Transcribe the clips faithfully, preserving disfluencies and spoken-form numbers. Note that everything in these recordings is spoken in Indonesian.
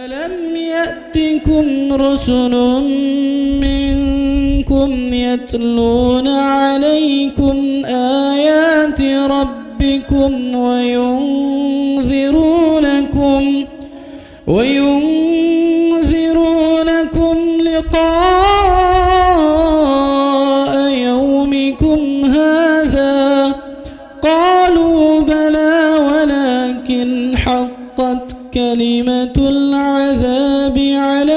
ألم يأتكم رسل منكم يتلون عليكم آيات ربكم وينذرونكم وينذرونكم لقاء يومكم هذا قالوا بلى ولكن حقت كلمة العذاب على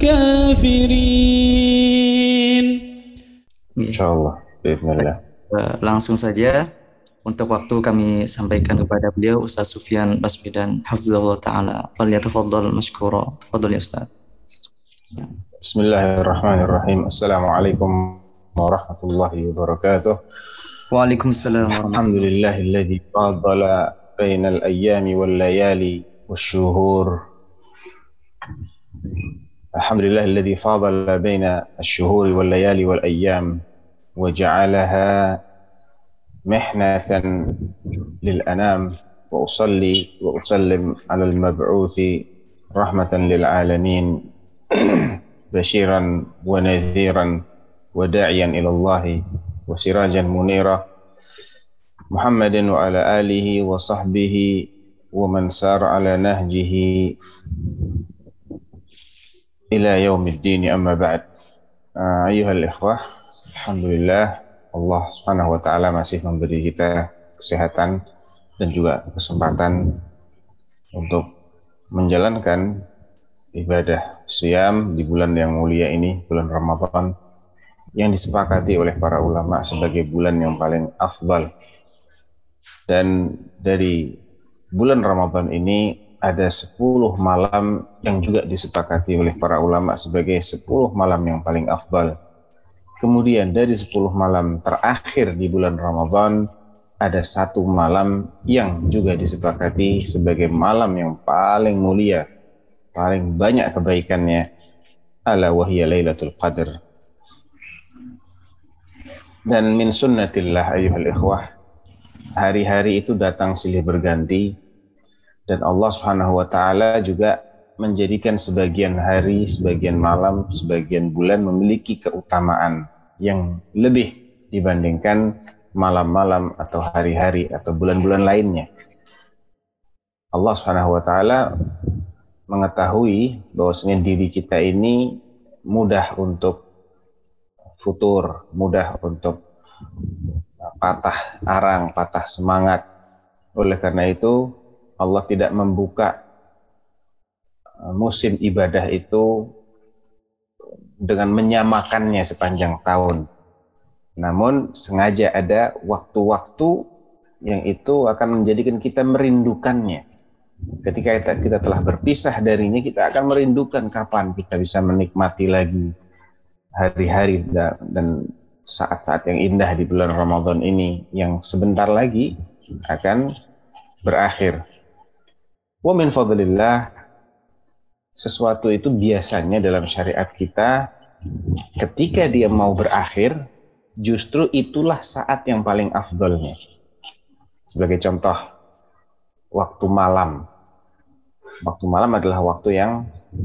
الكافرين. Insyaallah, bismillah. Langsung saja untuk waktu kami sampaikan kepada beliau Ustaz Sufyan Basmidan hafizahullah taala. Falyatafaddal mashkura. Tafadhal ya Ustaz. Bismillahirrahmanirrahim. Assalamualaikum warahmatullahi wabarakatuh. Waalaikumsalam. Alhamdulillahilladzi faddala bainal ayyami wal layali والشهور الحمد لله الذي فاضل بين الشهور والليالي والأيام وجعلها محنة للأنام وأصلي وأسلم على المبعوث رحمة للعالمين بشيرا ونذيرا وداعيا إلى الله وسراجا منيرا محمد وعلى آله وصحبه ومن سار على نهجه إلى يوم الدين أما بعد. أيها الإخوة, alhamdulillah Allah Subhanahu wa taala masih memberi kita kesehatan dan juga kesempatan untuk menjalankan ibadah siyam di bulan yang mulia ini, bulan Ramadan, yang disepakati oleh para ulama sebagai bulan yang paling afdal. Dan dari bulan Ramadan ini ada sepuluh malam yang juga disepakati oleh para ulama sebagai sepuluh malam yang paling afdal. Kemudian dari sepuluh malam terakhir di bulan Ramadan ada satu malam yang juga disepakati sebagai malam yang paling mulia, paling banyak kebaikannya, ala wahiyya Lailatul Qadar. Dan min sunnatillah ayyuhal ikhwah, hari-hari itu datang silih berganti, dan Allah Subhanahu wa taala juga menjadikan sebagian hari, sebagian malam, sebagian bulan memiliki keutamaan yang lebih dibandingkan malam-malam atau hari-hari atau bulan-bulan lainnya. Allah Subhanahu wa taala mengetahui bahwasanya diri kita ini mudah untuk futur, mudah untuk patah arang, patah semangat. Oleh karena itu Allah tidak membuka musim ibadah itu dengan menyamakannya sepanjang tahun. Namun sengaja ada waktu-waktu yang itu akan menjadikan kita merindukannya. Ketika kita, kita telah berpisah darinya, kita akan merindukan kapan kita bisa menikmati lagi hari-hari dan saat-saat yang indah di bulan Ramadan ini yang sebentar lagi akan berakhir. Wa min fadlillah, sesuatu itu biasanya dalam syariat kita ketika dia mau berakhir, justru itulah saat yang paling afdolnya. Sebagai contoh, waktu malam. Waktu malam adalah waktu yang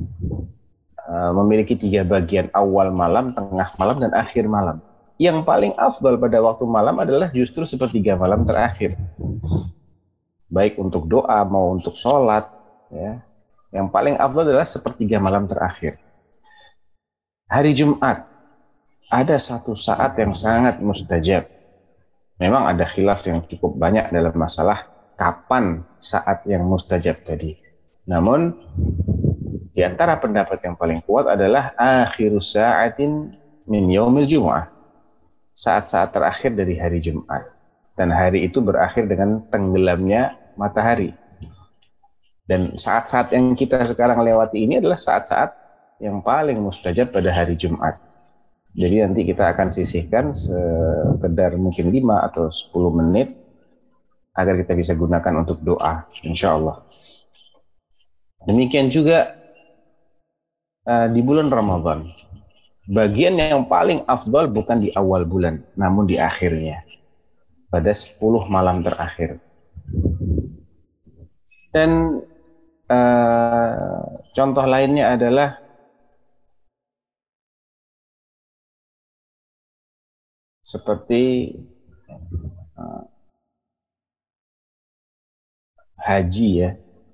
uh, memiliki tiga bagian, awal malam, tengah malam, dan akhir malam. Yang paling afdol pada waktu malam adalah justru sepertiga malam terakhir. Baik untuk doa mau untuk sholat, ya, yang paling afdal adalah sepertiga malam terakhir. Hari Jumat ada satu saat yang sangat mustajab. Memang ada khilaf yang cukup banyak dalam masalah kapan saat yang mustajab tadi. Namun di antara pendapat yang paling kuat adalah akhirus sa'atin min yaumil jumu'ah, saat-saat terakhir dari hari Jumat. Dan hari itu berakhir dengan tenggelamnya matahari. Dan saat-saat yang kita sekarang lewati ini adalah saat-saat yang paling mustajab pada hari Jumat. Jadi nanti kita akan sisihkan sekedar mungkin lima atau sepuluh menit agar kita bisa gunakan untuk doa, insya Allah. Demikian juga uh, di bulan Ramadan. Bagian yang paling afdal bukan di awal bulan, namun di akhirnya. Pada sepuluh malam terakhir. Dan uh, contoh lainnya adalah seperti uh, haji ya,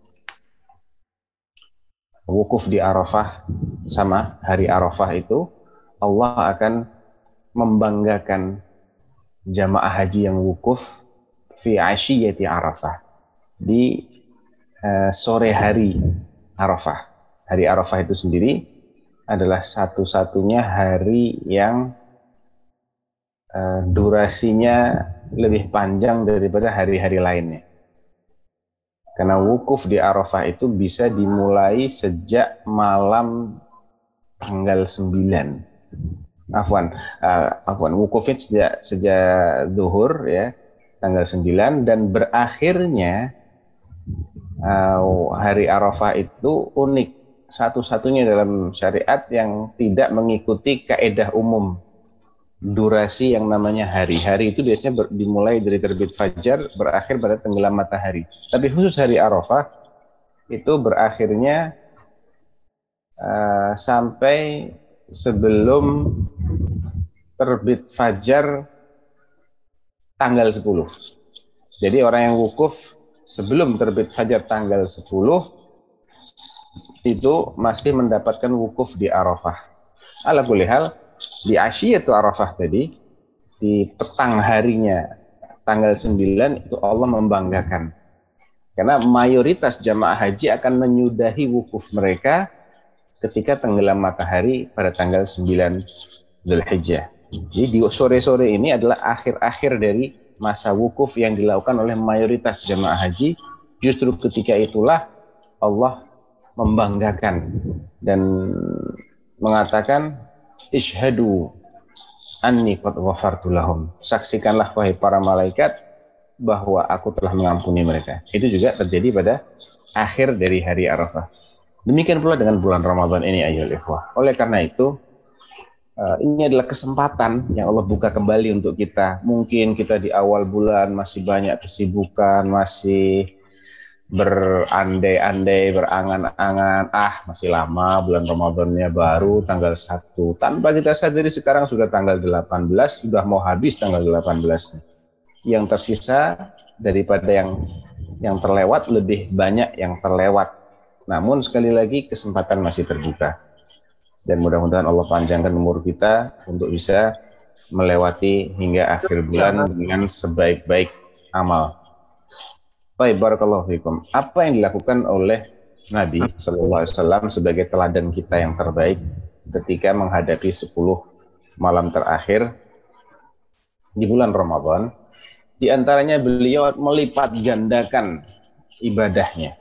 wukuf di Arafah. Sama hari Arafah itu Allah akan membanggakan jamaah haji yang wukuf fi ashiyati Arafah, di uh, sore hari Arafah. Hari Arafah itu sendiri adalah satu-satunya hari yang uh, durasinya lebih panjang daripada hari-hari lainnya. Karena wukuf di Arafah itu bisa dimulai sejak malam tanggal sembilan. Afwan, uh, afwan, wukufnya sejak sejak zuhur ya, tanggal sembilan, dan berakhirnya uh, hari Arafah itu unik, satu-satunya dalam syariat yang tidak mengikuti kaedah umum durasi yang namanya hari. Hari itu biasanya ber, dimulai dari terbit fajar, berakhir pada tenggelam matahari. Tapi khusus hari Arafah itu berakhirnya uh, sampai sebelum terbit fajar tanggal sepuluh. Jadi orang yang wukuf sebelum terbit fajar tanggal sepuluh itu masih mendapatkan wukuf di Arafah. Ala kulli hal, di asyiyatu Arafah tadi, di petang harinya tanggal sembilan itu Allah membanggakan. Karena mayoritas jamaah haji akan menyudahi wukuf mereka ketika tenggelam matahari pada tanggal sembilan Dzulhijjah. Jadi di sore-sore ini adalah akhir-akhir dari masa wukuf yang dilakukan oleh mayoritas jamaah haji. Justru ketika itulah Allah membanggakan dan mengatakan, Ishhadu anni qad ghafartu lahum. Saksikanlah wahai para malaikat bahwa aku telah mengampuni mereka. Itu juga terjadi pada akhir dari hari Arafah. Demikian pula dengan bulan Ramadan ini, ayyuhal ikhwah. Oleh karena itu, uh, ini adalah kesempatan yang Allah buka kembali untuk kita. Mungkin kita di awal bulan masih banyak kesibukan, masih berandai-andai, berangan-angan, ah masih lama bulan Ramadannya, baru tanggal satu. Tanpa kita sadari sekarang sudah tanggal delapan belas, sudah mau habis tanggal delapan belas. Yang tersisa daripada yang yang terlewat lebih banyak yang terlewat. Namun sekali lagi kesempatan masih terbuka. Dan mudah-mudahan Allah panjangkan umur kita untuk bisa melewati hingga akhir bulan dengan sebaik-baik amal. Baik, barakallahu fikum. Apa yang dilakukan oleh Nabi sallallahu alaihi wasallam sebagai teladan kita yang terbaik ketika menghadapi sepuluh malam terakhir di bulan Ramadan? Di antaranya beliau melipat gandakan ibadahnya.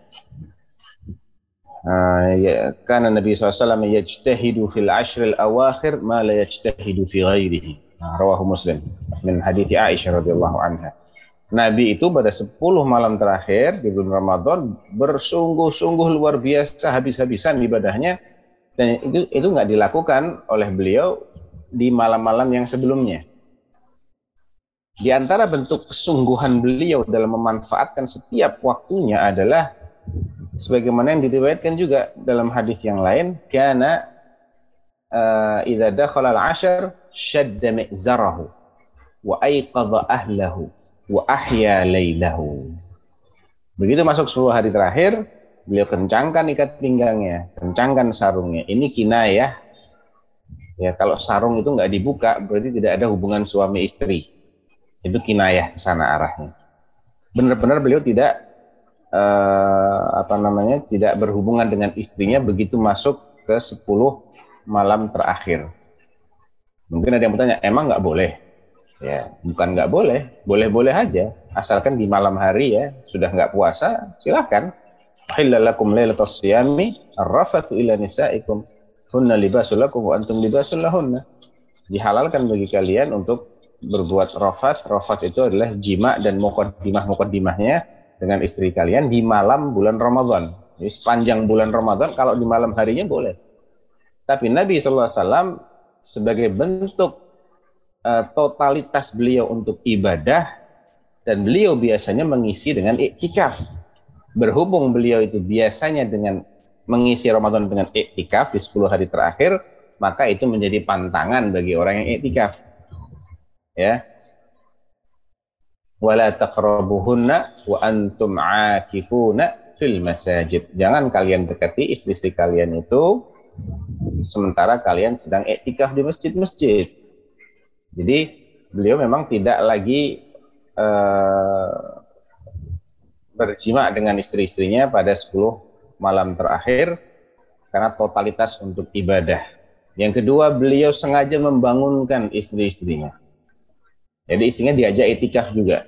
Uh, ya, karena Nabi sallallahu alaihi wasallam yajtahidu fil ashril awakhir ma la yajtahidu fi ghairihi. Nah, rawahu Muslim min hadits Aisyah radhiyallahu anha. Nabi itu pada sepuluh malam terakhir di bulan Ramadan bersungguh-sungguh luar biasa, habis-habisan ibadahnya, dan itu itu nggak dilakukan oleh beliau di malam-malam yang sebelumnya. Di antara bentuk kesungguhan beliau dalam memanfaatkan setiap waktunya adalah sebagaimana yang diriwayatkan juga dalam hadis yang lain, kana uh, idza dakhala al-'ashr shadda mi'zarahu wa ayqadha ahlahu wa ahya lailahu. Begitu masuk sepuluh hari terakhir, beliau kencangkan ikat pinggangnya, kencangkan sarungnya. Ini kinayah. Ya, kalau sarung itu nggak dibuka berarti tidak ada hubungan suami istri. Itu kinayah ke sana arahnya. Benar-benar beliau tidak Uh, apa namanya tidak berhubungan dengan istrinya begitu masuk ke sepuluh malam terakhir. Mungkin ada yang bertanya, emang nggak boleh? Ya, bukan nggak boleh, boleh-boleh aja, asalkan di malam hari ya sudah nggak puasa, silahkan. Hillalakum lailatas siyami arrafathu ila nisaikum hunna libasul lakum wa antum libasul lahunna. Dihalalkan bagi kalian untuk berbuat rafat. Rafat itu adalah jima dan muqaddimah-muqaddimahnya dengan istri kalian di malam bulan Ramadan. Jadi sepanjang bulan Ramadan, kalau di malam harinya boleh. Tapi Nabi sallallahu alaihi wasallam sebagai bentuk uh, totalitas beliau untuk ibadah, dan beliau biasanya mengisi dengan iktikaf. berhubung beliau itu biasanya dengan mengisi Ramadan dengan iktikaf di sepuluh hari terakhir, maka itu menjadi pantangan bagi orang yang iktikaf. Ya. Wala taqrabuhunna wa antum aakifuna fil masajid. Jangan kalian dekati istri-istri kalian itu sementara kalian sedang iktikaf di masjid-masjid. Jadi beliau memang tidak lagi uh, berjima dengan istri-istrinya pada sepuluh malam terakhir karena totalitas untuk ibadah. Yang kedua, beliau sengaja membangunkan istri-istrinya. Jadi istrinya diajak iktikaf juga.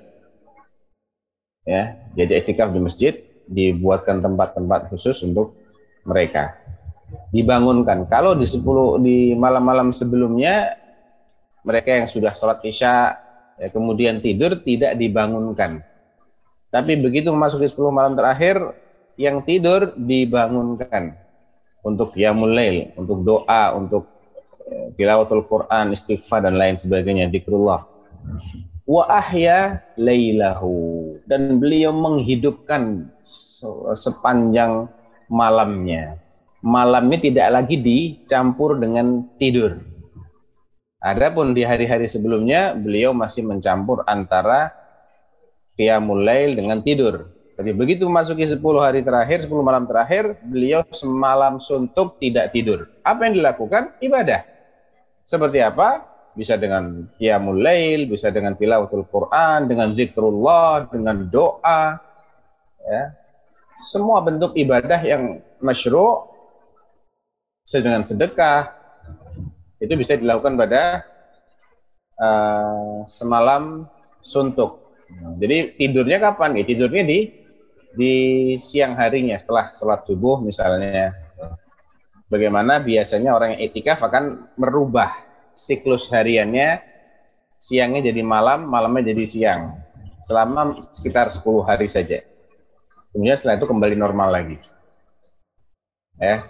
Ya, diajak iktikaf di masjid, dibuatkan tempat-tempat khusus untuk mereka. Dibangunkan. Kalau di sepuluh di malam-malam sebelumnya mereka yang sudah sholat isya ya, kemudian tidur tidak dibangunkan. Tapi begitu memasuki sepuluh malam terakhir, yang tidur dibangunkan untuk qiyamul lail, untuk doa, untuk tilawatul Quran, istighfar dan lain sebagainya, zikrullah. Wa ahya lailahu, dan beliau menghidupkan sepanjang malamnya. Malamnya tidak lagi dicampur dengan tidur. Adapun di hari-hari sebelumnya beliau masih mencampur antara qiyamul lail dengan tidur. Tapi begitu memasuki sepuluh hari terakhir, sepuluh malam terakhir, beliau semalam suntuk tidak tidur. Apa yang dilakukan? Ibadah. Seperti apa? Bisa dengan qiyamul lail, bisa dengan tilawatul Quran, dengan zikrullah, dengan doa. Ya. Semua bentuk ibadah yang masyru', dengan sedekah, itu bisa dilakukan pada uh, semalam suntuk. Jadi tidurnya kapan? Ya, tidurnya di di siang harinya setelah sholat subuh misalnya. Bagaimana biasanya orang yang iktikaf akan merubah siklus hariannya, siangnya jadi malam, malamnya jadi siang, selama sekitar sepuluh hari saja. Kemudian setelah itu kembali normal lagi. Ya.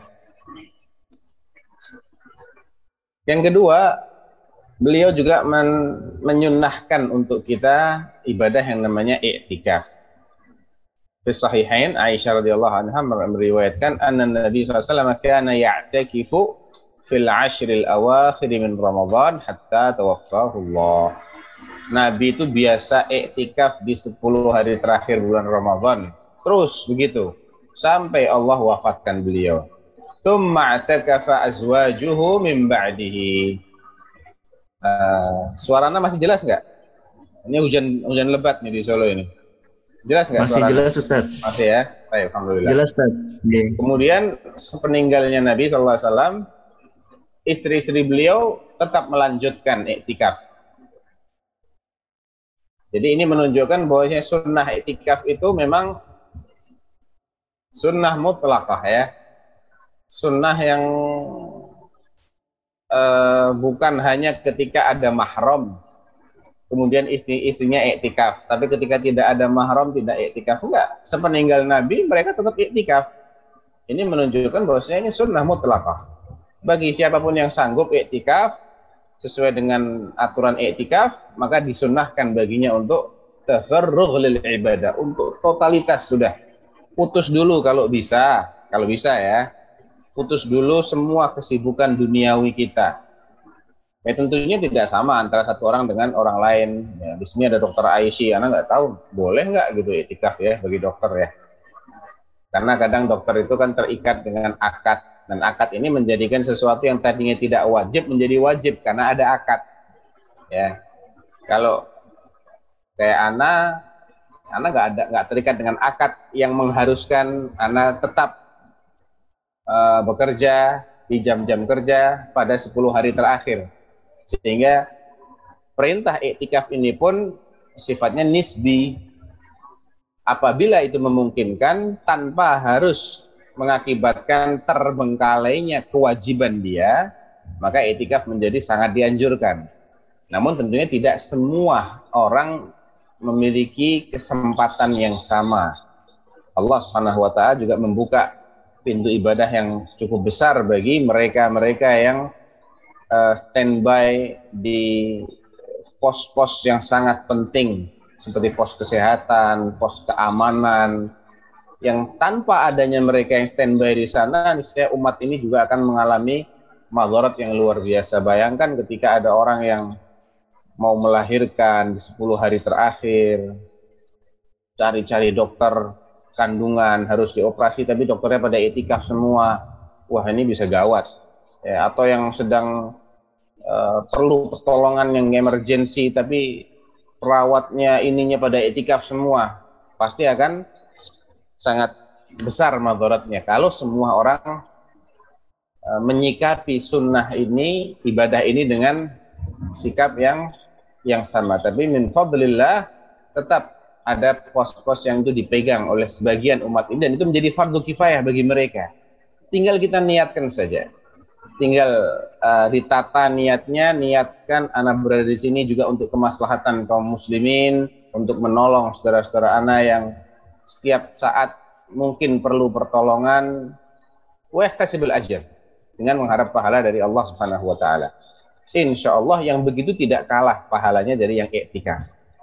Yang kedua, beliau juga men menyunnahkan untuk kita ibadah yang namanya i'tikaf. Fi sahihain, Aisyah radhiyallahu anha meriwayatkan anna Nabi sallallahu alaihi wasallam kana ya'takifu fil ashril awakhir min Ramadan hatta tawaffahu Allah. Nabi itu biasa i'tikaf di sepuluh hari terakhir bulan Ramadan. Terus begitu sampai Allah wafatkan beliau. Tsumma i'takafa azwajuhu min ba'dihi. Uh, suaranya masih jelas nggak? Ini hujan hujan lebat nih di Solo ini. Jelas nggak? Masih suaranya? jelas Ustaz. Masih ya. Baik, alhamdulillah. Jelas Ustaz. Yeah. Kemudian sepeninggalnya Nabi sallallahu alaihi wasallam, istri-istri beliau tetap melanjutkan iktikaf. Jadi ini menunjukkan bahwasanya sunnah iktikaf itu memang sunnah mutlaqah ya. Sunnah yang Uh, bukan hanya ketika ada mahram kemudian istri-istrinya iktikaf, tapi ketika tidak ada mahram tidak iktikaf, enggak. Sepeninggal Nabi mereka tetap iktikaf. Ini menunjukkan bahwasanya ini sunnah mutlaqah. Bagi siapapun yang sanggup iktikaf sesuai dengan aturan iktikaf, maka disunnahkan baginya untuk tafarrugh lil ibadah, untuk totalitas sudah. Putus dulu kalau bisa, kalau bisa ya. Putus dulu semua kesibukan duniawi kita. Ya tentunya tidak sama antara satu orang dengan orang lain. Ya, di sini ada dokter Aisyah, anak nggak tahu boleh nggak gitu iktikaf ya bagi dokter ya. Karena kadang dokter itu kan terikat dengan akad, dan akad ini menjadikan sesuatu yang tadinya tidak wajib menjadi wajib karena ada akad. Ya, kalau kayak anak, anak nggak ada nggak terikat dengan akad yang mengharuskan anak tetap Uh, bekerja di jam-jam kerja pada sepuluh hari terakhir, sehingga perintah iktikaf ini pun sifatnya nisbi. Apabila itu memungkinkan tanpa harus mengakibatkan terbengkalainya kewajiban dia, maka iktikaf menjadi sangat dianjurkan. Namun tentunya tidak semua orang memiliki kesempatan yang sama. Allah Subhanahu wa taala juga membuka pintu ibadah yang cukup besar bagi mereka-mereka yang uh, standby di pos-pos yang sangat penting seperti pos kesehatan, pos keamanan, yang tanpa adanya mereka yang standby di sana, niscaya umat ini juga akan mengalami madharat yang luar biasa. Bayangkan ketika ada orang yang mau melahirkan di sepuluh hari terakhir, cari-cari dokter kandungan, harus dioperasi, tapi dokternya pada iktikaf semua. Wah, ini bisa gawat. Ya, atau yang sedang uh, perlu pertolongan yang emergency, tapi perawatnya ininya pada iktikaf semua. Pasti akan sangat besar madharatnya kalau semua orang uh, menyikapi sunnah ini, ibadah ini dengan sikap yang yang sama. Tapi min fadlillah tetap ada pos-pos yang itu dipegang oleh sebagian umat ini, dan itu menjadi fardu kifayah bagi mereka. Tinggal kita niatkan saja. Tinggal uh, ditata niatnya, niatkan anak berada di sini juga untuk kemaslahatan kaum muslimin, untuk menolong saudara-saudara anak yang setiap saat mungkin perlu pertolongan, wa ihtasibul ajr, dengan mengharap pahala dari Allah Subhanahu wa taala. Insyaallah yang begitu tidak kalah pahalanya dari yang iktikaf.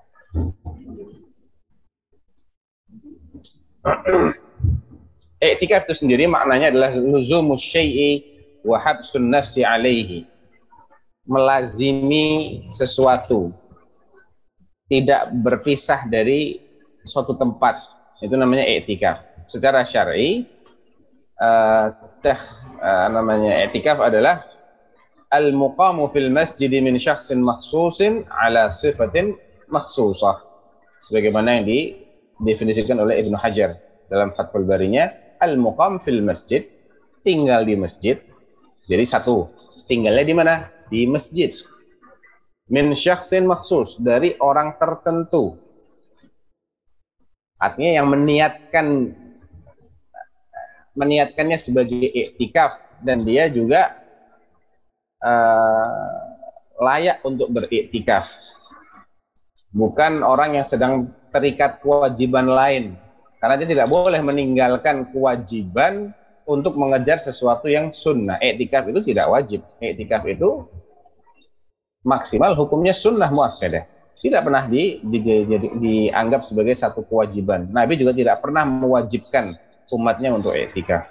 Iktikaf itu sendiri maknanya adalah luzumus syai'i wa habsun nafsi alaihi. Melazimi sesuatu, tidak berpisah dari suatu tempat. Itu namanya iktikaf. Secara syar'i, uh, teh, uh, namanya iktikaf adalah al-muqamu fil masjid min syakhsin makhsusin ala sifatin makhsusah. Sebagaimana yang didefinisikan oleh Ibnu Hajar dalam Fathul Barinya, al-muqam fil masjid, tinggal di masjid. Jadi satu, tinggalnya di mana? Di masjid. Min syakhsin makhsus, dari orang tertentu. Artinya yang meniatkan meniatkannya sebagai iktikaf, dan dia juga uh, layak untuk beriktikaf. Bukan orang yang sedang terikat kewajiban lain, karena dia tidak boleh meninggalkan kewajiban untuk mengejar sesuatu yang sunnah. Iktikaf itu tidak wajib. Iktikaf itu maksimal hukumnya sunnah muakkadah. Tidak pernah di, di, di, di, dianggap sebagai satu kewajiban. Nabi juga tidak pernah mewajibkan umatnya untuk iktikaf.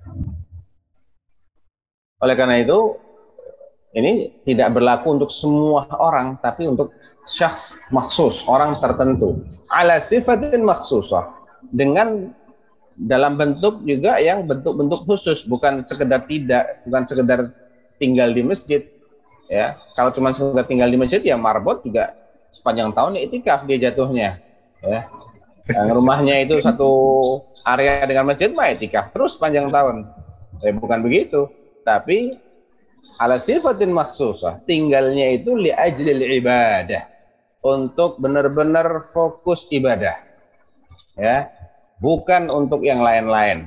Oleh karena itu, ini tidak berlaku untuk semua orang, tapi untuk syakhs maksus, orang tertentu. Ala sifatin maksusah, dengan dalam bentuk juga yang bentuk-bentuk khusus, bukan sekedar tidak, bukan sekedar tinggal di masjid. Ya, kalau cuma sekedar tinggal di masjid, ya marbot juga sepanjang tahun iktikaf dia jatuhnya. Ya, yang rumahnya itu satu area dengan masjid, mah iktikaf terus sepanjang tahun. Eh, bukan begitu, tapi ala sifatin maksusah, tinggalnya itu li ajlil ibadah, untuk benar-benar fokus ibadah. Ya, bukan untuk yang lain-lain.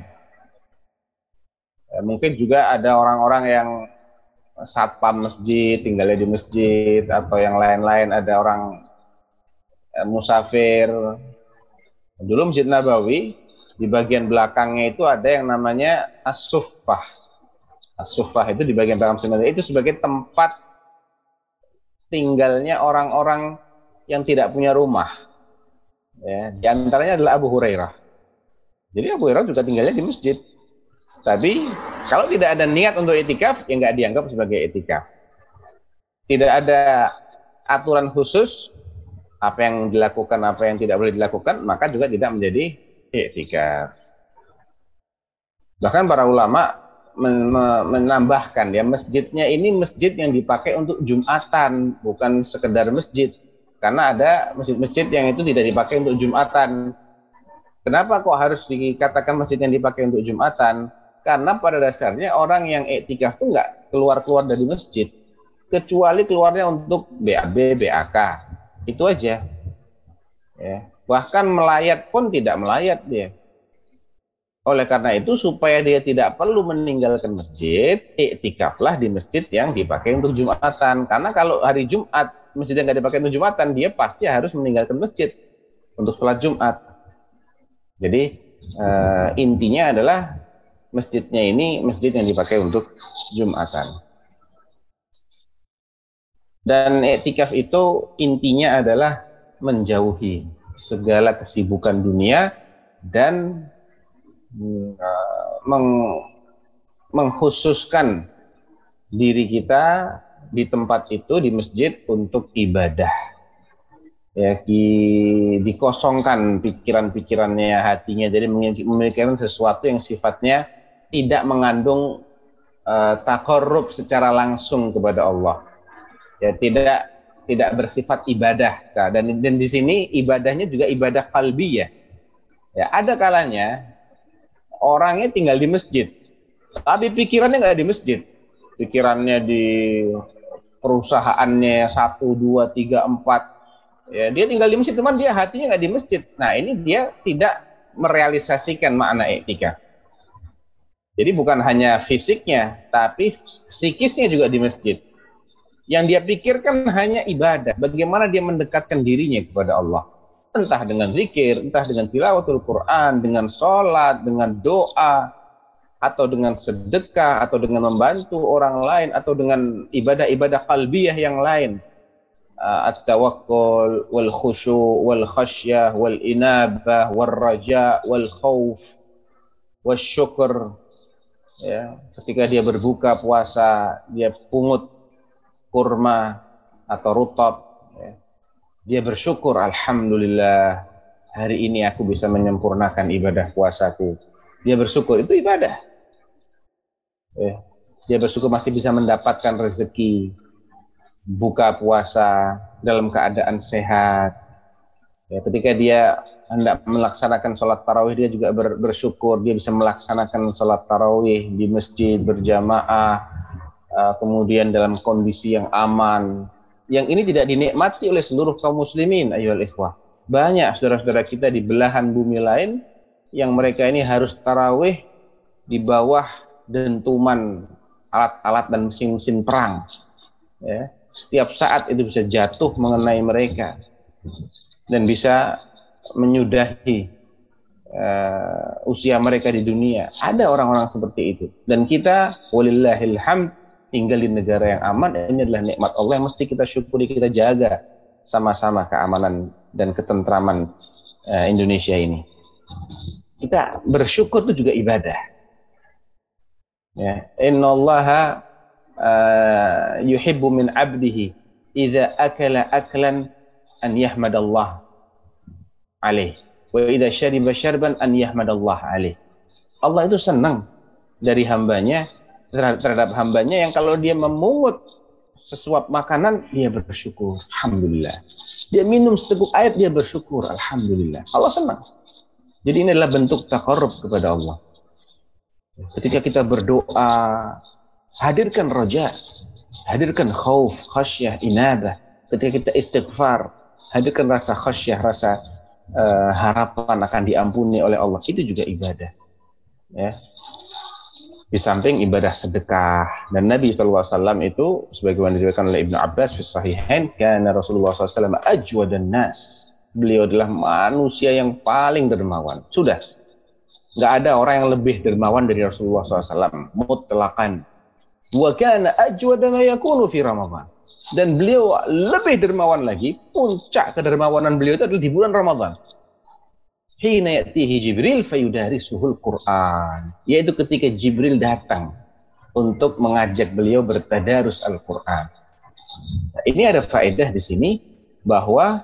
Ya, mungkin juga ada orang-orang yang satpam masjid, tinggalnya di masjid, atau yang lain-lain, ada orang eh, musafir. Dulu Masjid Nabawi, di bagian belakangnya itu ada yang namanya as-suffah. As-suffah itu di bagian belakang Masjid Nabawi, itu sebagai tempat tinggalnya orang-orang yang tidak punya rumah. Ya, di antaranya adalah Abu Hurairah. Jadi Abu Hurairah juga tinggalnya di masjid. Tapi kalau tidak ada niat untuk iktikaf, ya nggak dianggap sebagai iktikaf. Tidak ada aturan khusus apa yang dilakukan, apa yang tidak boleh dilakukan, maka juga tidak menjadi iktikaf. Bahkan para ulama men menambahkan, ya, masjidnya ini masjid yang dipakai untuk Jumatan, bukan sekedar masjid. Karena ada masjid-masjid yang itu tidak dipakai untuk Jumatan. Kenapa kok harus dikatakan masjid yang dipakai untuk Jumatan? Karena pada dasarnya orang yang iktikaf itu nggak keluar-keluar dari masjid, kecuali keluarnya untuk B A B, B A K, itu aja. Ya. Bahkan melayat pun tidak melayat dia. Oleh karena itu, supaya dia tidak perlu meninggalkan masjid, iktikaflah di masjid yang dipakai untuk Jumatan. Karena kalau hari Jumat masjid yang nggak dipakai untuk Jumatan, dia pasti harus meninggalkan masjid untuk sholat Jumat. Jadi uh, intinya adalah masjidnya ini masjid yang dipakai untuk Jumatan. Dan iktikaf itu intinya adalah menjauhi segala kesibukan dunia dan meng, mengkhususkan diri kita di tempat itu, di masjid, untuk ibadah. Ya, di, dikosongkan pikiran-pikirannya, hatinya, jadi memikirkan sesuatu yang sifatnya tidak mengandung uh, taqarrub secara langsung kepada Allah. Ya, tidak tidak bersifat ibadah. Dan dan di sini ibadahnya juga ibadah qalbiyah. Ya, ada kalanya orangnya tinggal di masjid, tapi pikirannya nggak di masjid. Pikirannya di perusahaannya satu, dua, tiga, empat. Ya, dia tinggal di masjid, teman, dia hatinya nggak di masjid. Nah, ini dia tidak merealisasikan makna etika. Jadi bukan hanya fisiknya, tapi psikisnya juga di masjid. Yang dia pikirkan hanya ibadah. Bagaimana dia mendekatkan dirinya kepada Allah. Entah dengan zikir, entah dengan tilawatul Quran, dengan sholat, dengan doa, atau dengan sedekah, atau dengan membantu orang lain, atau dengan ibadah-ibadah qalbiyah yang lain. At-tawakkul wal khusyu' wal khasyah wal inabah wal raja wal khauf wal syukur. Ya, ketika dia berbuka puasa, dia pungut kurma atau rutab, ya, dia bersyukur, alhamdulillah hari ini aku bisa menyempurnakan ibadah puasaku. Dia bersyukur, itu ibadah. Ya, dia bersyukur masih bisa mendapatkan rezeki, buka puasa dalam keadaan sehat. Ya, ketika dia hendak melaksanakan sholat tarawih, dia juga ber, bersyukur dia bisa melaksanakan sholat tarawih di masjid berjamaah, uh, kemudian dalam kondisi yang aman. Yang ini tidak dinikmati oleh seluruh kaum muslimin, ayyuhal ikhwah. Banyak saudara-saudara kita di belahan bumi lain yang mereka ini harus tarawih di bawah dentuman alat-alat dan mesin-mesin perang. Ya. Setiap saat itu bisa jatuh mengenai mereka dan bisa menyudahi uh, usia mereka di dunia. Ada orang-orang seperti itu. Dan kita, walillahil hamd, tinggal di negara yang aman. Ini adalah nikmat Allah yang mesti kita syukuri, kita jaga sama-sama keamanan dan ketentraman uh, Indonesia ini. Kita bersyukur itu juga ibadah. Ya, innallaha Uh, yuhibbu min abdihi idza akala aklan an yahmadallah alaih wa idza syariba syarban an yahmadallah alaih. Allah itu senang dari hambanya, terhadap hambanya yang kalau dia memungut sesuap makanan dia bersyukur, alhamdulillah. Dia minum seteguk air dia bersyukur, alhamdulillah. Allah senang. Jadi ini adalah bentuk taqarrub kepada Allah. Ketika kita berdoa, hadirkan roja, hadirkan khauf, khasyah, inabah. Ketika kita istighfar, hadirkan rasa khasyah, rasa uh, harapan akan diampuni oleh Allah. Itu juga ibadah. Ya. Di samping ibadah sedekah. Dan Nabi shallallahu alaihi wasallam itu, sebagaimana diriwayatkan oleh Ibnu Abbas fi Sahihain, karena Rasulullah shallallahu alaihi wasallam ajwadan nas. Beliau adalah manusia yang paling dermawan. Sudah. Nggak ada orang yang lebih dermawan dari Rasulullah shallallahu alaihi wasallam. Mutlaqan. Wa kana ajwada ma yakunu fi Ramadan. Dan beliau lebih dermawan lagi, puncak kedermawanan beliau itu adalah di bulan Ramadan. Hina ya'tihi Jibril fayudarisuhul Qur'an, yaitu ketika Jibril datang untuk mengajak beliau bertadarus Al-Qur'an. Nah, ini ada faedah di sini bahwa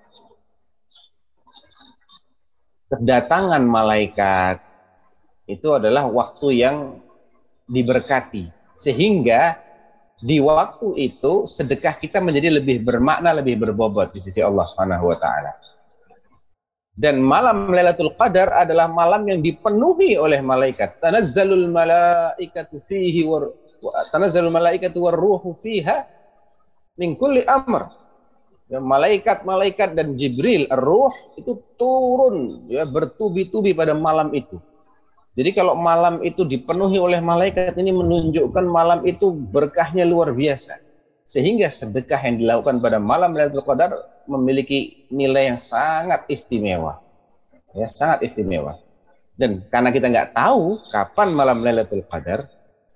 kedatangan malaikat itu adalah waktu yang diberkati. Sehingga di waktu itu sedekah kita menjadi lebih bermakna, lebih berbobot di sisi Allah Subhanahu wa taala. Dan malam Lailatul Qadar adalah malam yang dipenuhi oleh malaikat. Tanazzalul malaikatu fihi wa tanazzalul malaikatu war ruhu fiha min kulli amr. Ya, malaikat-malaikat dan Jibril ar-Ruh itu turun, ya, bertubi-tubi pada malam itu. Jadi kalau malam itu dipenuhi oleh malaikat, ini menunjukkan malam itu berkahnya luar biasa. Sehingga sedekah yang dilakukan pada malam Lailatul Qadar memiliki nilai yang sangat istimewa. Ya, sangat istimewa. Dan karena kita nggak tahu kapan malam Lailatul Qadar,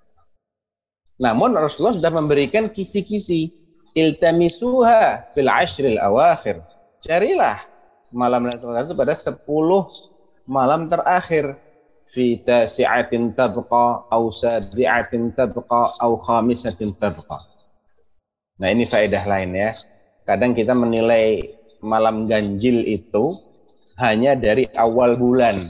namun Rasulullah sudah memberikan kisi-kisi. Iltamisuha fil ashril awakhir. Carilah malam Lailatul Qadar itu pada sepuluh malam terakhir. fi tasi'atin tabqa aw sabi'atin tabqa aw khamisatin tabqa. Nah, ini faedah lain ya. Kadang kita menilai malam ganjil itu hanya dari awal bulan.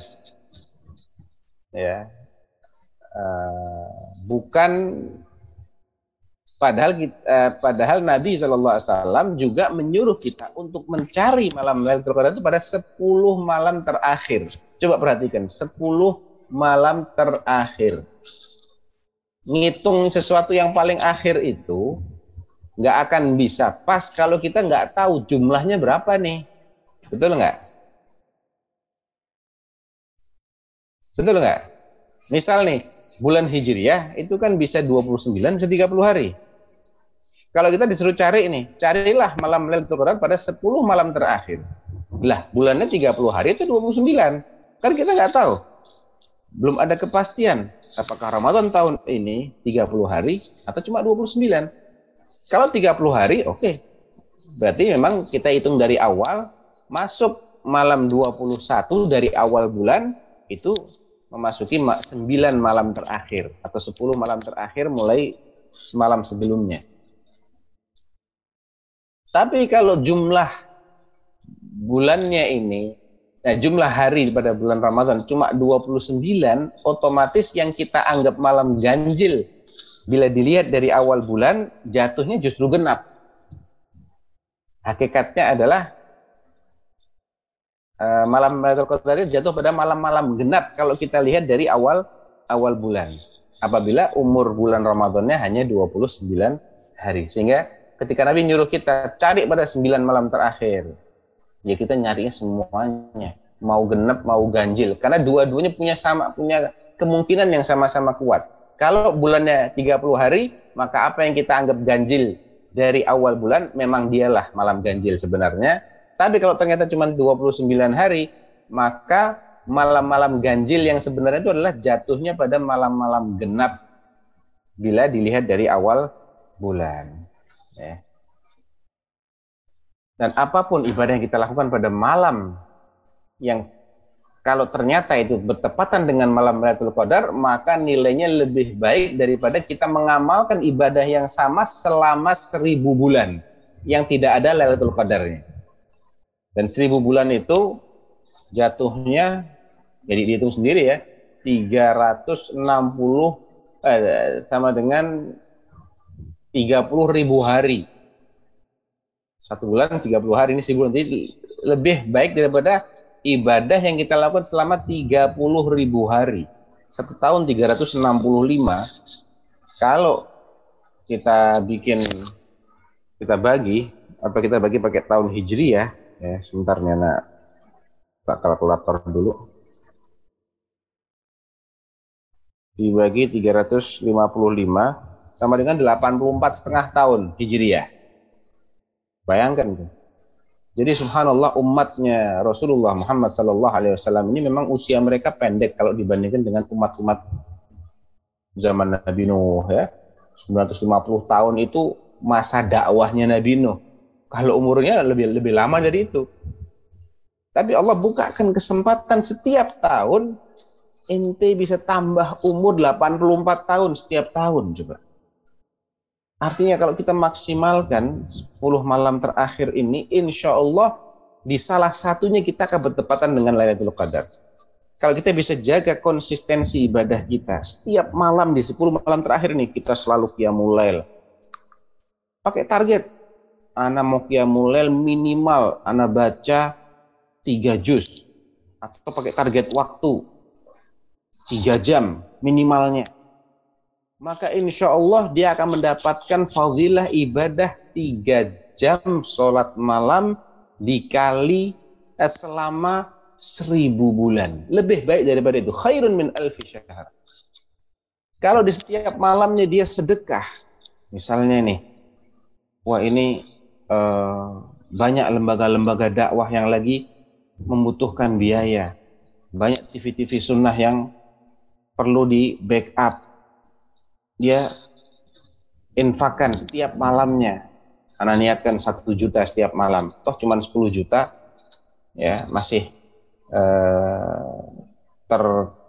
Ya. Uh, bukan padahal kita, uh, padahal Nabi shallallahu alaihi wasallam juga menyuruh kita untuk mencari malam Lailatul Qadar itu pada sepuluh malam terakhir. Coba perhatikan, sepuluh malam terakhir. Ngitung sesuatu yang paling akhir itu nggak akan bisa pas kalau kita nggak tahu jumlahnya berapa nih. Betul nggak? Betul nggak? Misal nih, bulan Hijriah itu kan bisa dua puluh sembilan, bisa tiga puluh hari. Kalau kita disuruh cari ini, carilah malam Lailatul Qadar pada sepuluh malam terakhir. Lah, bulannya tiga puluh hari itu dua puluh sembilan. Kan kita nggak tahu. Belum ada kepastian apakah Ramadan tahun ini tiga puluh hari atau cuma dua puluh sembilan. Kalau tiga puluh hari, oke. Okay. Berarti memang kita hitung dari awal, masuk malam dua puluh satu dari awal bulan, itu memasuki sembilan malam terakhir atau sepuluh malam terakhir mulai semalam sebelumnya. Tapi kalau jumlah bulannya ini, nah jumlah hari pada bulan Ramadan cuma dua puluh sembilan, otomatis yang kita anggap malam ganjil bila dilihat dari awal bulan jatuhnya justru genap. Hakikatnya adalah uh, malam Lailatul Qadar jatuh pada malam-malam genap kalau kita lihat dari awal awal bulan. Apabila umur bulan Ramadannya hanya dua puluh sembilan hari. Sehingga ketika Nabi nyuruh kita cari pada sembilan malam terakhir, ya kita nyarinya semuanya, mau genap mau ganjil, karena dua-duanya punya sama punya kemungkinan yang sama-sama kuat. Kalau bulannya tiga puluh hari, maka apa yang kita anggap ganjil dari awal bulan memang dialah malam ganjil sebenarnya. Tapi kalau ternyata cuma dua puluh sembilan hari, maka malam-malam ganjil yang sebenarnya itu adalah jatuhnya pada malam-malam genap bila dilihat dari awal bulan. Ya. Dan apapun ibadah yang kita lakukan pada malam yang kalau ternyata itu bertepatan dengan malam Lailatul Qadar, maka nilainya lebih baik daripada kita mengamalkan ibadah yang sama selama seribu bulan yang tidak ada Lailatul Qadarnya. Dan seribu bulan itu jatuhnya, jadi dihitung sendiri ya, tiga ratus enam puluh eh, sama dengan tiga puluh ribu hari. Satu bulan tiga puluh hari, ini sebulan. Jadi lebih baik daripada ibadah yang kita lakukan selama tiga puluh ribu hari. Satu tahun tiga ratus enam puluh lima. Kalau kita bikin, kita bagi, atau kita bagi pakai tahun Hijriah, ya, sebentar nih anak Pak kalkulator dulu. Dibagi tiga ratus lima puluh lima sama dengan delapan puluh empat setengah tahun Hijriah. Bayangkan tuh. Jadi subhanallah, umatnya Rasulullah Muhammad Sallallahu Alaihi Wasallam ini memang usia mereka pendek kalau dibandingkan dengan umat-umat zaman Nabi Nuh ya. sembilan ratus lima puluh tahun itu masa dakwahnya Nabi Nuh. Kalau umurnya lebih lebih lama dari itu. Tapi Allah bukakan kesempatan setiap tahun ente bisa tambah umur delapan puluh empat tahun setiap tahun coba. Artinya kalau kita maksimalkan sepuluh malam terakhir ini, insya Allah di salah satunya kita akan bertepatan dengan Lailatul Qadar. Kalau kita bisa jaga konsistensi ibadah kita, setiap malam di sepuluh malam terakhir ini kita selalu qiyamul lail. Pakai target, ana mau qiyamul lail minimal ana baca tiga juz. Atau pakai target waktu, tiga jam minimalnya. Maka insya Allah dia akan mendapatkan fadilah ibadah tiga jam sholat malam dikali eh, selama seribu bulan. Lebih baik daripada itu. Khairun min alfi syahr. Kalau di setiap malamnya dia sedekah, misalnya nih, wah ini eh, banyak lembaga-lembaga dakwah yang lagi membutuhkan biaya, banyak T V T V sunnah yang perlu di backup. Dia infakkan setiap malamnya, karena niatkan satu juta setiap malam, toh cuma sepuluh juta, ya masih eh, ter,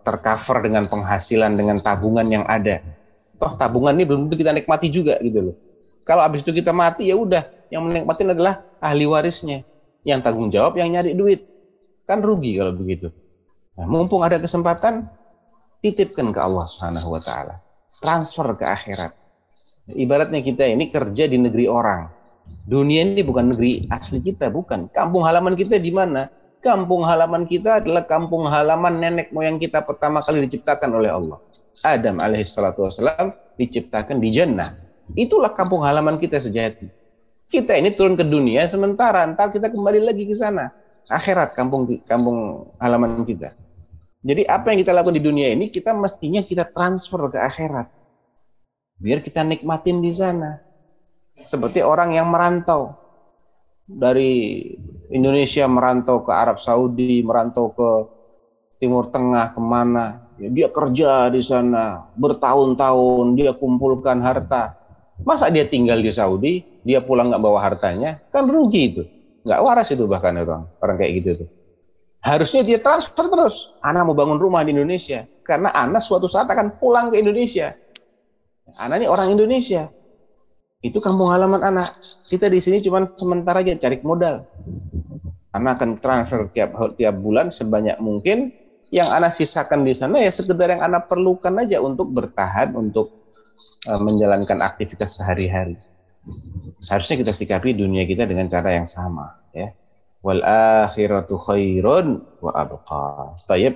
tercover dengan penghasilan, dengan tabungan yang ada. Toh tabungan ini belum tentu kita nikmati juga gitu loh. Kalau habis itu kita mati, ya udah, yang menikmati adalah ahli warisnya, yang tanggung jawab yang nyari duit. Kan rugi kalau begitu. Nah, mumpung ada kesempatan, titipkan ke Allah Subhanahu wa taala. Transfer ke akhirat. Ibaratnya kita ini kerja di negeri orang. Dunia ini bukan negeri asli kita, bukan. Kampung halaman kita di mana? Kampung halaman kita adalah kampung halaman nenek moyang kita pertama kali diciptakan oleh Allah. Adam alaihissalatu wassalam diciptakan di jannah. Itulah kampung halaman kita sejati. Kita ini turun ke dunia sementara, entar kita kembali lagi ke sana. Akhirat kampung kampung halaman kita. Jadi apa yang kita lakukan di dunia ini, kita mestinya kita transfer ke akhirat. Biar kita nikmatin di sana. Seperti orang yang merantau. Dari Indonesia merantau ke Arab Saudi, merantau ke Timur Tengah, kemana. Ya, dia kerja di sana, bertahun-tahun, dia kumpulkan harta. Masa dia tinggal di Saudi, dia pulang nggak bawa hartanya? Kan rugi itu. Nggak waras itu bahkan orang, orang kayak gitu tuh. Harusnya dia transfer terus. Anak mau bangun rumah di Indonesia. Karena anak suatu saat akan pulang ke Indonesia. Anak ini orang Indonesia. Itu kampung halaman anak. Kita di sini cuma sementara aja cari modal. Anak akan transfer tiap tiap bulan sebanyak mungkin. Yang anak sisakan di sana ya sekedar yang anak perlukan aja untuk bertahan, untuk uh, menjalankan aktivitas sehari-hari. Harusnya kita sikapi dunia kita dengan cara yang sama, ya. Wal akhiratu khairun wa abqa. Tayyib.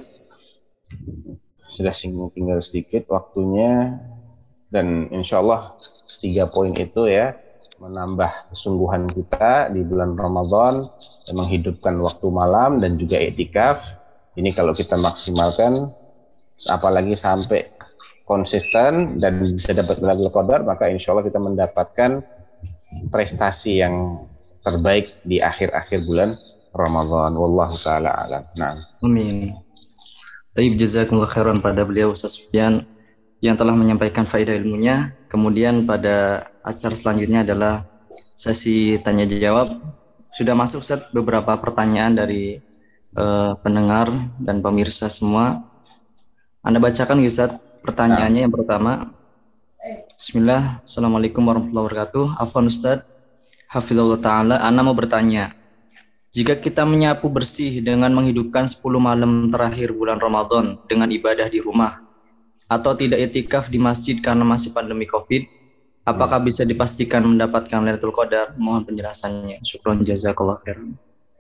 Sudah singgung tinggal sedikit waktunya, dan insyaallah tiga poin itu ya menambah kesungguhan kita di bulan Ramadan dan menghidupkan waktu malam dan juga iktikaf. Ini kalau kita maksimalkan, apalagi sampai konsisten dan bisa dapat Lailatul Qadar, maka insya Allah kita mendapatkan prestasi yang terbaik di akhir-akhir bulan Ramadan. Wallahu ta'ala alam. Nah. Amin. Taib, jazakumullah khairan pada beliau Ustaz Sufyan yang telah menyampaikan faedah ilmunya. Kemudian pada acara selanjutnya adalah sesi tanya jawab. Sudah masuk Ustaz beberapa pertanyaan dari uh, pendengar dan pemirsa semua. Anda bacakan Ustaz pertanyaannya. Yang pertama. Bismillah. Assalamualaikum warahmatullahi wabarakatuh. Afwan Ustaz, hafizallahu ta'ala, Ana mau bertanya, jika kita menyapu bersih dengan menghidupkan sepuluh malam terakhir bulan Ramadan dengan ibadah di rumah atau tidak itikaf di masjid karena masih pandemi Covid, apakah bisa dipastikan mendapatkan Lailatul Qadar? Mohon penjelasannya. Syukron jazakallahu khairan.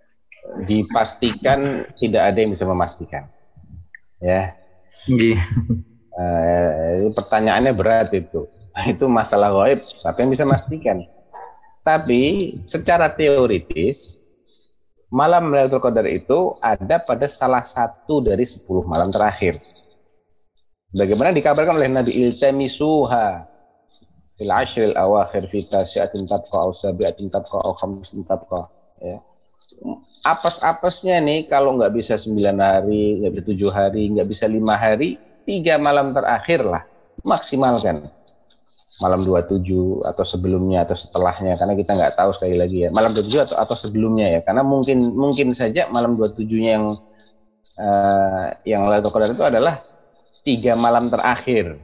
Dipastikan tidak ada yang bisa memastikan. Ya. Iya. Uh, pertanyaannya berat itu. Itu masalah gaib, siapa yang bisa memastikan? Tapi secara teoritis malam Lailatul Qadar itu ada pada salah satu dari sepuluh malam terakhir. Bagaimana dikabarkan oleh Nabi, iltamisuha fil ashril awakhir fi tasiatin tabqa aw sabiatin tabqa aw khamsin tabqa, ya. Apes-apesnya nih kalau nggak bisa sembilan hari, nggak bisa tujuh hari, nggak bisa lima hari, tiga malam terakhir lah maksimalkan. Malam dua puluh tujuh atau sebelumnya atau setelahnya, karena kita nggak tahu sekali lagi ya. Malam dua puluh tujuh atau atau sebelumnya ya, karena mungkin mungkin saja malam dua puluh tujuh-nya yang uh, yang Lailatul Qadar itu adalah tiga malam terakhir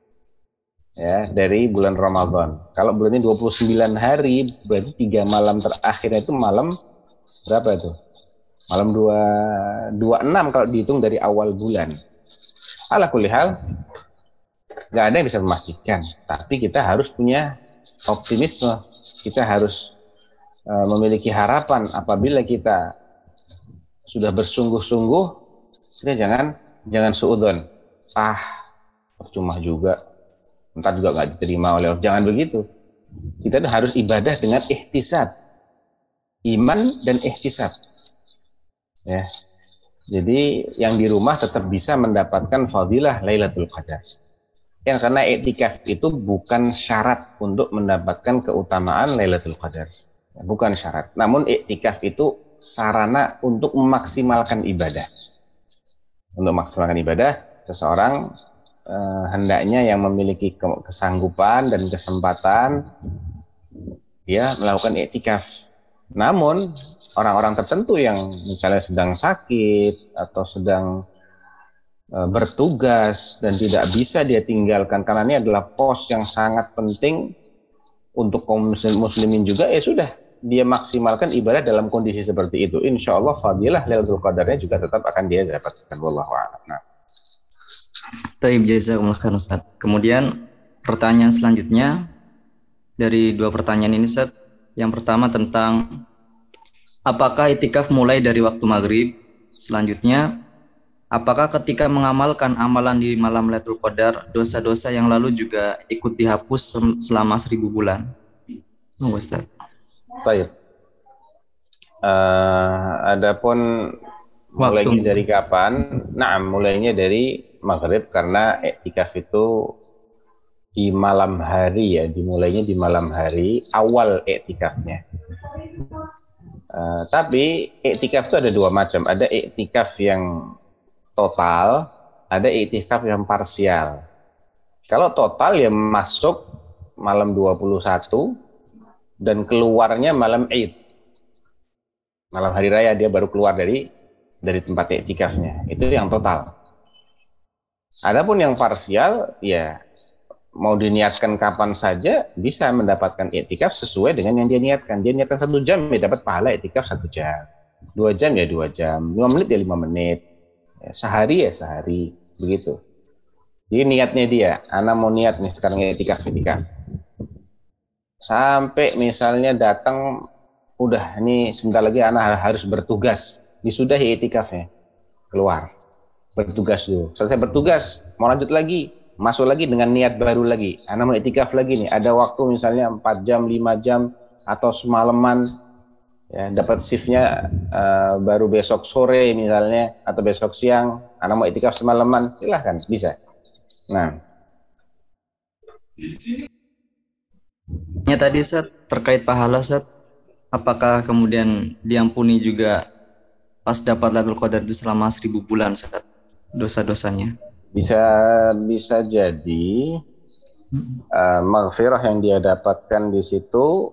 ya dari bulan Ramadan. Kalau bulan ini dua puluh sembilan hari, berarti tiga malam terakhirnya itu malam berapa itu? Malam dua puluh enam kalau dihitung dari awal bulan. Ala kulli hal, nggak ada yang bisa memastikan, tapi kita harus punya optimisme. Kita harus uh, memiliki harapan. Apabila kita sudah bersungguh-sungguh, kita jangan jangan suudzon. Ah, percuma juga, entar juga nggak diterima oleh Allah. Jangan begitu. Kita harus ibadah dengan ihtisab, iman dan ihtisab. Ya, jadi yang di rumah tetap bisa mendapatkan fadilah Lailatul Qadar. Yang karena iktikaf itu bukan syarat untuk mendapatkan keutamaan Lailatul Qadar, bukan syarat. Namun iktikaf itu sarana untuk memaksimalkan ibadah. Untuk memaksimalkan ibadah, seseorang eh, hendaknya yang memiliki kesanggupan dan kesempatan dia melakukan iktikaf. Namun orang-orang tertentu yang misalnya sedang sakit atau sedang bertugas dan tidak bisa dia tinggalkan karena ini adalah pos yang sangat penting untuk kaum muslimin juga, ya sudah, dia maksimalkan ibadah dalam kondisi seperti itu. Insya Allah fadilah Lailatul Qadarnya juga tetap akan dia dapatkan. Wallahu a'lam. Nah. Taib, jazakumullah khairan Ustaz. Kemudian pertanyaan selanjutnya dari dua pertanyaan ini Ustaz. Yang pertama tentang apakah itikaf mulai dari waktu maghrib? Selanjutnya, apakah ketika mengamalkan amalan di malam Lailatul Qadar, dosa-dosa yang lalu juga ikut dihapus selama seribu bulan? Oh, Ustaz. Baik. Uh, adapun mulainya dari kapan? Nah, mulainya dari maghrib karena iktikaf itu di malam hari ya, dimulainya di malam hari awal iktikafnya. Uh, tapi iktikaf itu ada dua macam. Ada iktikaf yang total, ada iktikaf yang parsial. Kalau total ya masuk malam dua puluh satu dan keluarnya malam Id. Malam hari raya dia baru keluar dari dari tempat iktikafnya. Itu yang total. Adapun yang parsial ya mau diniatkan kapan saja bisa mendapatkan iktikaf sesuai dengan yang dia niatkan. Dia niatkan satu jam ya dapat pahala iktikaf satu jam. Dua jam ya dua jam. Lima menit ya lima menit. Ya, sehari ya sehari. Begitu. Jadi niatnya dia. Ana mau niat nih sekarang iktikaf iktikaf. Sampai misalnya datang udah ini sebentar lagi ana harus bertugas. Disudahi iktikafnya. Keluar. Bertugas dulu. Selesai bertugas mau lanjut lagi. Masuk lagi dengan niat baru lagi. Ana mau iktikaf lagi nih. Ada waktu misalnya empat jam, lima jam atau semalaman ya, dapat shiftnya uh, baru besok sore misalnya atau besok siang. Ana mau iktikaf semalaman, silahkan bisa. Nah, ya tadi Ustaz terkait pahala Ustaz, apakah kemudian diampuni juga pas dapat Lailatul Qadar itu selama seribu bulan Ustaz dosa-dosanya? Bisa bisa jadi uh, maghfirah yang dia dapatkan di situ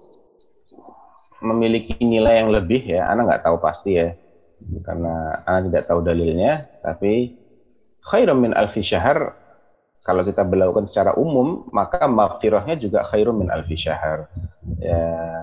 memiliki nilai yang lebih ya. Ana nggak tahu pasti ya, karena ana tidak tahu dalilnya. Tapi khairum min alfi syahr, kalau kita berlakukan secara umum maka maghfirahnya juga khairum min alfi syahr. Ya,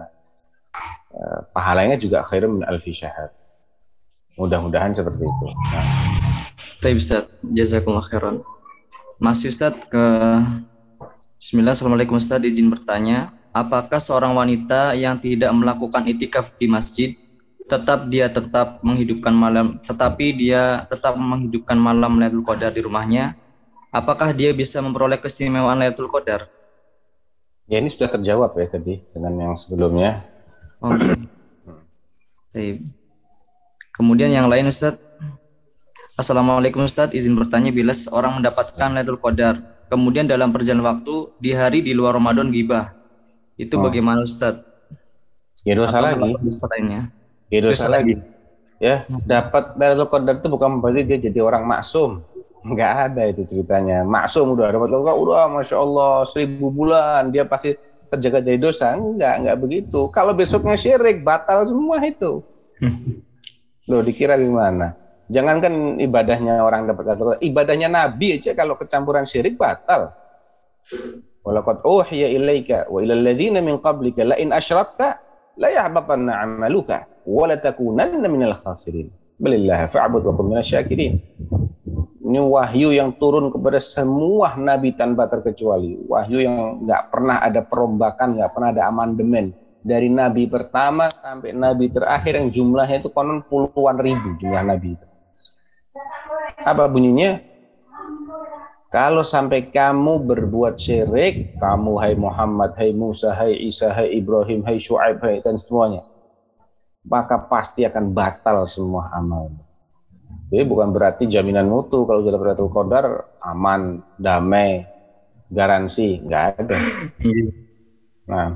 uh, pahalanya juga khairum min alfi syahr. Mudah-mudahan seperti itu. Nah. Baik Ustaz, jazakumullah khairan. Masih Ustaz ke Bismillah, Assalamualaikum Ustaz, izin bertanya, apakah seorang wanita yang tidak melakukan itikaf di masjid tetap dia tetap menghidupkan malam, tetapi dia tetap menghidupkan malam Lailatul Qadar di rumahnya, apakah dia bisa memperoleh keistimewaan Lailatul Qadar? Ya ini sudah terjawab ya tadi dengan yang sebelumnya. Oke. Okay. Kemudian yang lain Ustaz. Assalamualaikum Ustaz, izin bertanya, bila seorang mendapatkan Lailatul Qadar, kemudian dalam perjalanan waktu di hari di luar Ramadan ghibah, itu oh. bagaimana Ustaz? Ya dosa Atau lagi. Dosa lainnya? Ya dosa, dosa lagi. Ya, dapat Lailatul Qadar itu bukan berarti dia jadi orang maksum. Enggak ada itu ceritanya. Maksum udah dapat Lailatul Qadar, udah Masya Allah seribu bulan dia pasti terjaga dari dosa. Enggak, enggak begitu. Kalau besoknya syirik, batal semua itu. Loh, dikira gimana? Jangankan ibadahnya orang dapat Lailatul Qadar, ibadahnya Nabi aja kalau kecampuran syirik batal. Walaqad uhiya ilaika wa ilal ladzina min qablika la in asyrakta la yahbatanna 'amaluka wa la takunanna minal khasirin. Balillah fa'bud wa kun minasyakirin. Ini wahyu yang turun kepada semua nabi tanpa terkecuali. Wahyu yang enggak pernah ada perombakan, enggak pernah ada amandemen. Dari nabi pertama sampai nabi terakhir yang jumlahnya itu konon puluhan ribu jumlah nabi itu. Apa bunyinya? Kalau sampai kamu berbuat syirik, kamu hai Muhammad, hai Musa, hai Isa, hai Ibrahim, hai Syuaib, hai dan semuanya, maka pasti akan batal semua amal. Jadi bukan berarti jaminan mutu kalau sudah Lailatul Qadar aman, damai, garansi, nggak ada. Nah,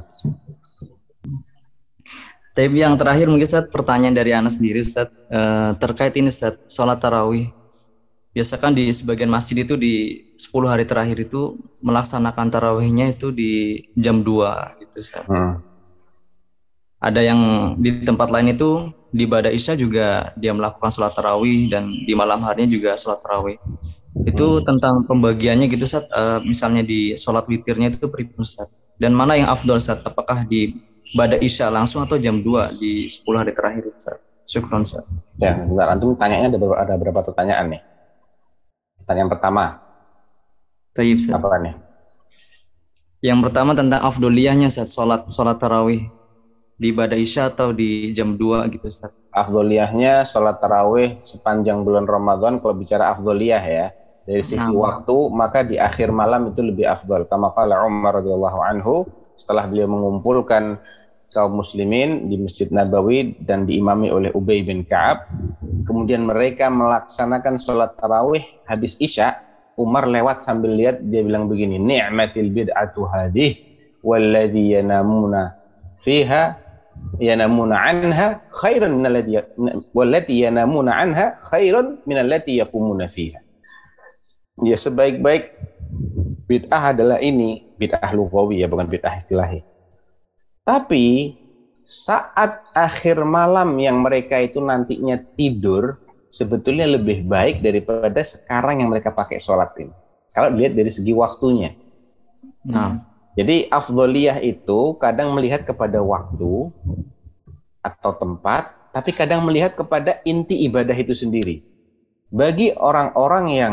tapi yang terakhir mungkin Ustaz, pertanyaan dari Anas sendiri Ustaz, uh, terkait ini Ustaz, sholat tarawih. Biasakan di sebagian masjid itu di sepuluh hari terakhir itu melaksanakan tarawihnya itu di jam dua gitu Ustaz. Hmm. Ada yang di tempat lain itu di Bada Isya juga dia melakukan sholat tarawih dan di malam harinya juga sholat tarawih. Itu tentang pembagiannya gitu Ustaz. Uh, misalnya di sholat witirnya itu pribadi Ustaz. Dan mana yang afdol Ustaz? Apakah di ba'da isya langsung atau jam dua di sepuluh hari terakhir Ustaz? Syukron Ustaz. Ya, bentar, antum tanyanya ada berapa, ada berapa pertanyaan nih? Pertanyaan pertama. Tayyib Ustaz. Apa nih? Yang pertama tentang afdoliyahnya Ustaz, sholat sholat tarawih di ba'da isya atau di jam dua gitu Ustaz. Afdoliyahnya sholat tarawih sepanjang bulan Ramadan, kalau bicara afdoliyah ya, dari sisi nah. waktu, maka di akhir malam itu lebih afdol. Kama qala Umar radhiyallahu anhu, setelah beliau mengumpulkan kaum muslimin di Masjid Nabawi dan diimami oleh Ubay bin Ka'ab, kemudian mereka melaksanakan sholat tarawih habis isya, Umar lewat sambil lihat, dia bilang begini, ni'matil bid'atu hadih walladhi yanamuna fiha yanamuna anha khairan minallati wallati yanamuna anha khairan minallati yaqumuna fiha. Ya, sebaik-baik bid'ah adalah ini, bid'ah lughawi ya, bukan bid'ah istilahi. Tapi saat akhir malam yang mereka itu nantinya tidur, sebetulnya lebih baik daripada sekarang yang mereka pakai sholat ini. Kalau dilihat dari segi waktunya. Nah, jadi afdoliyah itu kadang melihat kepada waktu atau tempat, tapi kadang melihat kepada inti ibadah itu sendiri. Bagi orang-orang yang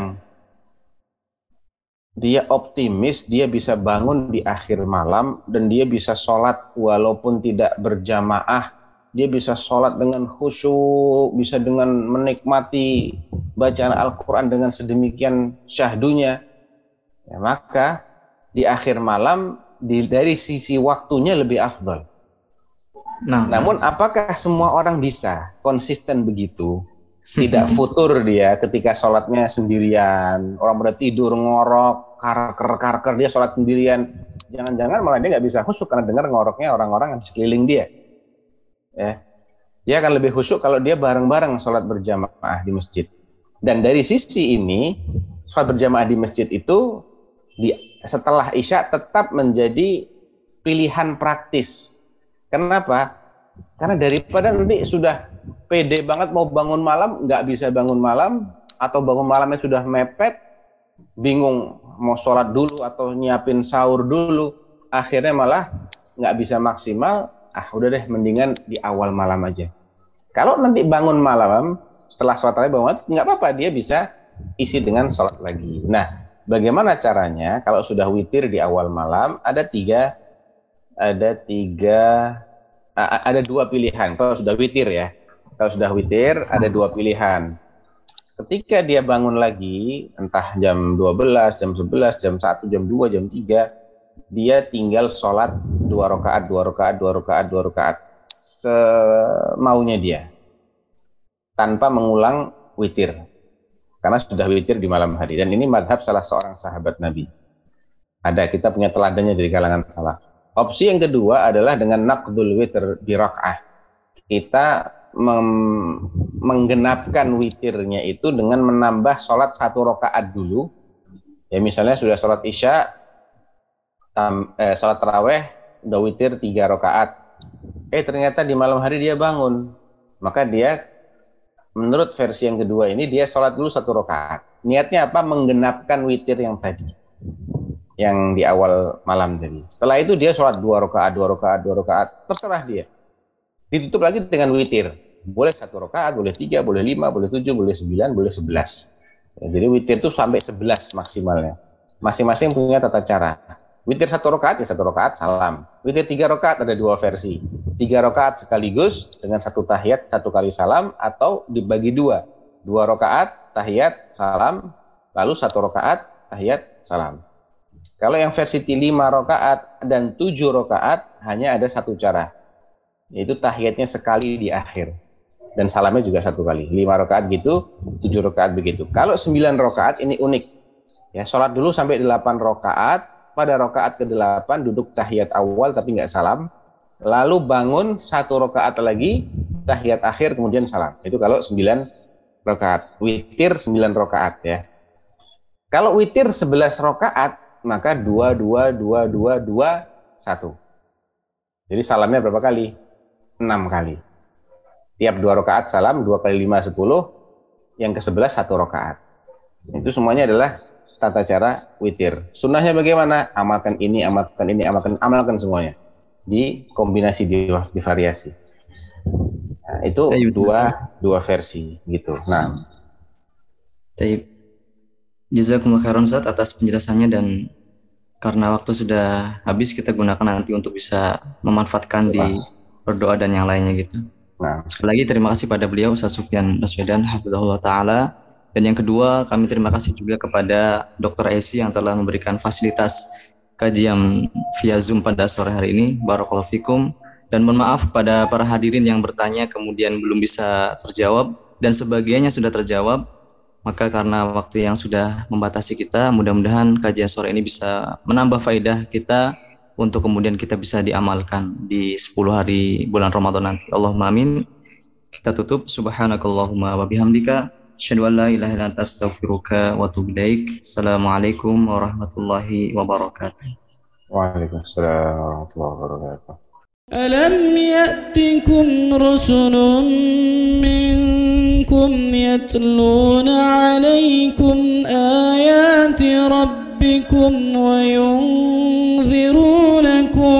dia optimis, dia bisa bangun di akhir malam dan dia bisa sholat walaupun tidak berjamaah, dia bisa sholat dengan khusyuk, bisa dengan menikmati bacaan Al-Quran dengan sedemikian syahdunya, ya, maka di akhir malam di, dari sisi waktunya lebih afdal. Nah, namun apakah semua orang bisa konsisten begitu? Tidak futur dia ketika sholatnya sendirian, orang pada tidur ngorok, karker-karker, dia sholat sendirian. Jangan-jangan malah dia nggak bisa khusyuk karena dengar ngoroknya orang-orang yang sekeliling dia. Ya, dia akan lebih khusyuk kalau dia bareng-bareng sholat berjamaah di masjid. Dan dari sisi ini, sholat berjamaah di masjid itu di, setelah isya tetap menjadi pilihan praktis. Kenapa? Karena daripada nanti sudah pede banget mau bangun malam, nggak bisa bangun malam, atau bangun malamnya sudah mepet, bingung mau sholat dulu atau nyiapin sahur dulu, akhirnya malah nggak bisa maksimal. Ah, udah deh, mendingan di awal malam aja. Kalau nanti bangun malam setelah sholat tarawih bangun, nggak apa-apa, dia bisa isi dengan sholat lagi. Nah, bagaimana caranya? Kalau sudah witir di awal malam, ada tiga, ada tiga, ada dua pilihan. Kalau sudah witir ya, kalau sudah witir ada dua pilihan. Ketika dia bangun lagi, entah jam dua belas, jam sebelas, jam satu, jam dua, jam tiga, dia tinggal sholat dua rakaat, dua rakaat, dua rakaat, dua rakaat semaunya dia, tanpa mengulang witir, karena sudah witir di malam hari. Dan ini madhab salah seorang sahabat Nabi. Ada, kita punya teladannya dari kalangan salaf. Opsi yang kedua adalah dengan naqdul witir di rakaah. Kita Mem- menggenapkan witirnya itu dengan menambah sholat satu rakaat dulu. Ya, misalnya sudah sholat isya, tam, eh, sholat taraweh, udah witir tiga rakaat. Eh ternyata di malam hari dia bangun, maka dia menurut versi yang kedua ini dia sholat dulu satu rakaat. Niatnya apa? Menggenapkan witir yang tadi, yang di awal malam tadi. Setelah itu dia sholat dua rakaat, dua rakaat, dua rakaat, terserah dia. Ditutup lagi dengan witir. Boleh satu rakaat, boleh tiga, boleh lima, boleh tujuh, boleh sembilan, boleh sebelas. Ya, jadi witir itu sampai sebelas maksimalnya. Masing-masing punya tata cara. Witir satu rakaat ya satu rakaat salam. Witir tiga rakaat ada dua versi. Tiga rakaat sekaligus dengan satu tahiyat, satu kali salam, atau dibagi dua. Dua rakaat tahiyat salam, lalu satu rakaat tahiyat salam. Kalau yang versi lima rakaat dan tujuh rakaat hanya ada satu cara, yaitu tahiyatnya sekali di akhir. Dan salamnya juga satu kali. Lima rakaat gitu, tujuh rakaat begitu. Kalau sembilan rakaat ini unik. Ya, sholat dulu sampai delapan rakaat. Pada rakaat ke delapan duduk tahiyat awal tapi nggak salam. Lalu bangun satu rakaat lagi, tahiyat akhir kemudian salam. Itu kalau sembilan rakaat. Witir sembilan rakaat ya. Kalau witir sebelas rakaat, maka dua, dua, dua, dua, dua, satu. Jadi salamnya berapa kali? Enam kali. Tiap dua rakaat salam, dua kali lima, sepuluh, yang ke sebelas satu rakaat. Itu semuanya adalah tata cara witir. Sunnahnya bagaimana? Amalkan ini, amalkan ini, amalkan, amalkan semuanya. Di kombinasi, di, di variasi. Nah, itu Taib. dua dua versi gitu. Nah, Taib. Jazakumullah khairan Ustaz atas penjelasannya, dan karena waktu sudah habis kita gunakan nanti untuk bisa memanfaatkan di berdoa dan yang lainnya gitu. Nah, sekali lagi terima kasih pada beliau Ustaz Sufyan Baswedan hafizahullah taala. Dan yang kedua, kami terima kasih juga kepada Doktor Esi yang telah memberikan fasilitas kajian via Zoom pada sore hari ini. Barakallahu fikum. Dan mohon maaf pada para hadirin yang bertanya kemudian belum bisa terjawab dan sebagiannya sudah terjawab. Maka karena waktu yang sudah membatasi kita, mudah-mudahan kajian sore ini bisa menambah faedah kita untuk kemudian kita bisa diamalkan di sepuluh hari bulan Ramadan nanti. Allahumma amin. Kita tutup. Subhanakallahumma wa bihamdika. Asyhadu an la ilaha illa anta astaghfiruka wa atubu ilaik. Assalamualaikum warahmatullahi wabarakatuh. Waalaikumsalam warahmatullahi wabarakatuh. ألم يأتكم رسل منكم يتلون عليكم آيات ربكم وينذرونكم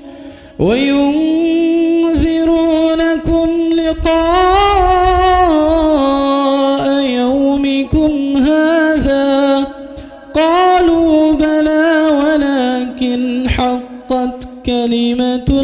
وينذرونكم لقاء يومكم هذا قالوا بلى ولكن حقت كلمة